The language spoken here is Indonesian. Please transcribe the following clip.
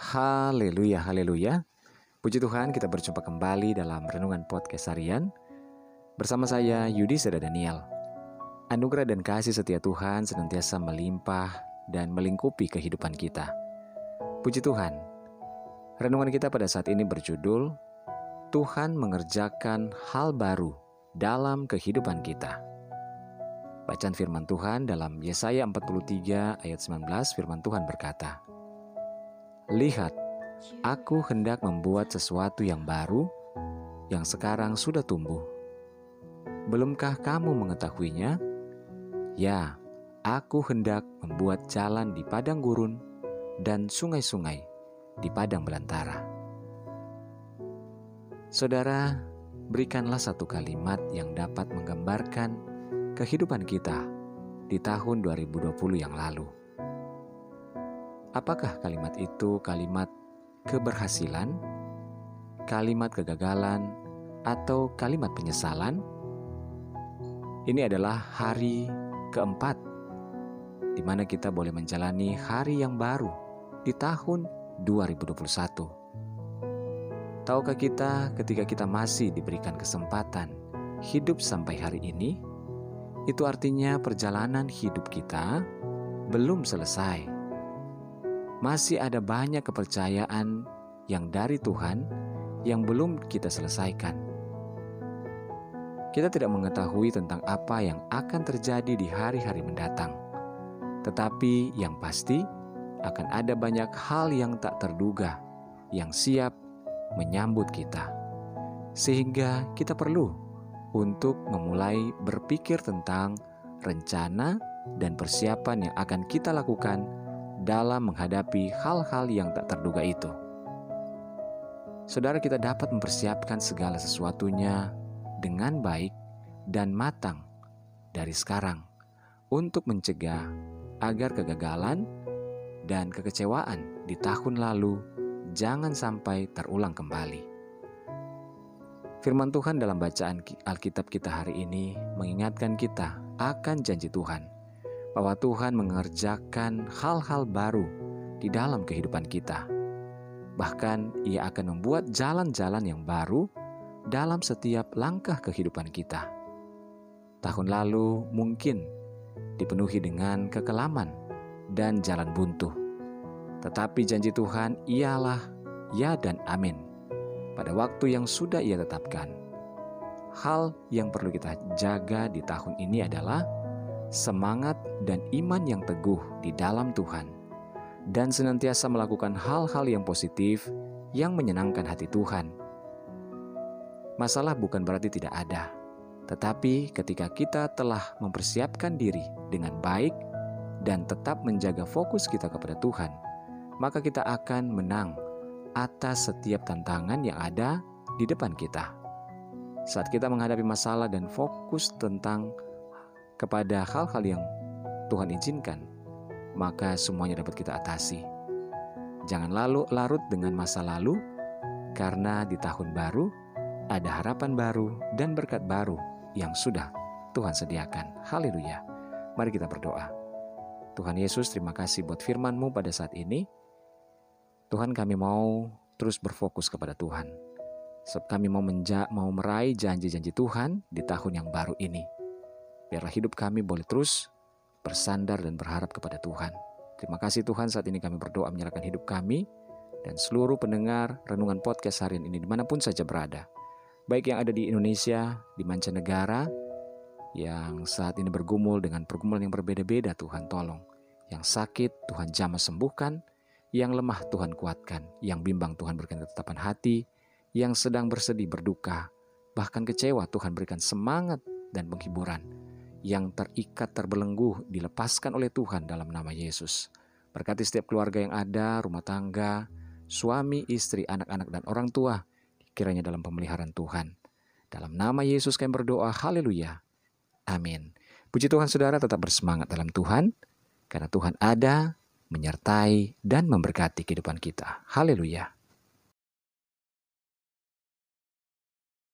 Haleluya, haleluya. Puji Tuhan, kita berjumpa kembali dalam Renungan Podcast Harian bersama saya Yudi Seda Daniel. Anugerah dan kasih setia Tuhan senantiasa melimpah dan melingkupi kehidupan kita. Puji Tuhan. Renungan kita pada saat ini berjudul Tuhan mengerjakan hal baru dalam kehidupan kita. Bacaan firman Tuhan dalam Yesaya 43 ayat 19, firman Tuhan berkata, "Lihat, aku hendak membuat sesuatu yang baru, yang sekarang sudah tumbuh. Belumkah kamu mengetahuinya? Ya, aku hendak membuat jalan di padang gurun dan sungai-sungai di padang belantara." Saudara, berikanlah satu kalimat yang dapat menggambarkan kehidupan kita di tahun 2020 yang lalu. Apakah kalimat itu kalimat keberhasilan, kalimat kegagalan, atau kalimat penyesalan? Ini adalah hari keempat di mana kita boleh menjalani hari yang baru di tahun 2021. Tahukah kita ketika kita masih diberikan kesempatan hidup sampai hari ini, itu artinya perjalanan hidup kita belum selesai. Masih ada banyak kepercayaan yang dari Tuhan yang belum kita selesaikan. Kita tidak mengetahui tentang apa yang akan terjadi di hari-hari mendatang. Tetapi yang pasti akan ada banyak hal yang tak terduga yang siap menyambut kita. Sehingga kita perlu untuk memulai berpikir tentang rencana dan persiapan yang akan kita lakukan dalam menghadapi hal-hal yang tak terduga itu. Saudara, kita dapat mempersiapkan segala sesuatunya dengan baik dan matang dari sekarang untuk mencegah agar kegagalan dan kekecewaan di tahun lalu jangan sampai terulang kembali. Firman Tuhan dalam bacaan Alkitab kita hari ini mengingatkan kita akan janji Tuhan, bahwa Tuhan mengerjakan hal-hal baru di dalam kehidupan kita. Bahkan Ia akan membuat jalan-jalan yang baru dalam setiap langkah kehidupan kita. Tahun lalu mungkin dipenuhi dengan kekelaman dan jalan buntu. Tetapi janji Tuhan ialah ya dan amin pada waktu yang sudah Ia tetapkan. Hal yang perlu kita jaga di tahun ini adalah semangat dan iman yang teguh di dalam Tuhan, dan senantiasa melakukan hal-hal yang positif yang menyenangkan hati Tuhan. Masalah bukan berarti tidak ada, tetapi ketika kita telah mempersiapkan diri dengan baik dan tetap menjaga fokus kita kepada Tuhan, maka kita akan menang atas setiap tantangan yang ada di depan kita. Saat kita menghadapi masalah dan fokus kepada hal-hal yang Tuhan izinkan, maka semuanya dapat kita atasi. Jangan larut dengan masa lalu, karena di tahun baru ada harapan baru dan berkat baru yang sudah Tuhan sediakan. Haleluya. Mari kita berdoa. Tuhan Yesus, terima kasih buat firman-Mu pada saat ini. Tuhan, kami mau terus berfokus kepada Tuhan. Sebab kami mau meraih janji-janji Tuhan di tahun yang baru ini. Biarlah hidup kami boleh terus bersandar dan berharap kepada Tuhan. Terima kasih Tuhan, saat ini kami berdoa menyerahkan hidup kami dan seluruh pendengar Renungan Podcast harian ini dimanapun saja berada. Baik yang ada di Indonesia, di mancanegara, yang saat ini bergumul dengan pergumulan yang berbeda-beda, Tuhan tolong. Yang sakit Tuhan jamah sembuhkan, yang lemah Tuhan kuatkan, yang bimbang Tuhan berikan ketetapan hati, yang sedang bersedih berduka, bahkan kecewa Tuhan berikan semangat dan penghiburan, yang terikat terbelenggu dilepaskan oleh Tuhan dalam nama Yesus. Berkati setiap keluarga yang ada, rumah tangga, suami, istri, anak-anak dan orang tua, kiranya dalam pemeliharaan Tuhan. Dalam nama Yesus kami berdoa, haleluya, amin. Puji Tuhan, saudara tetap bersemangat dalam Tuhan, karena Tuhan ada, menyertai dan memberkati kehidupan kita. Haleluya.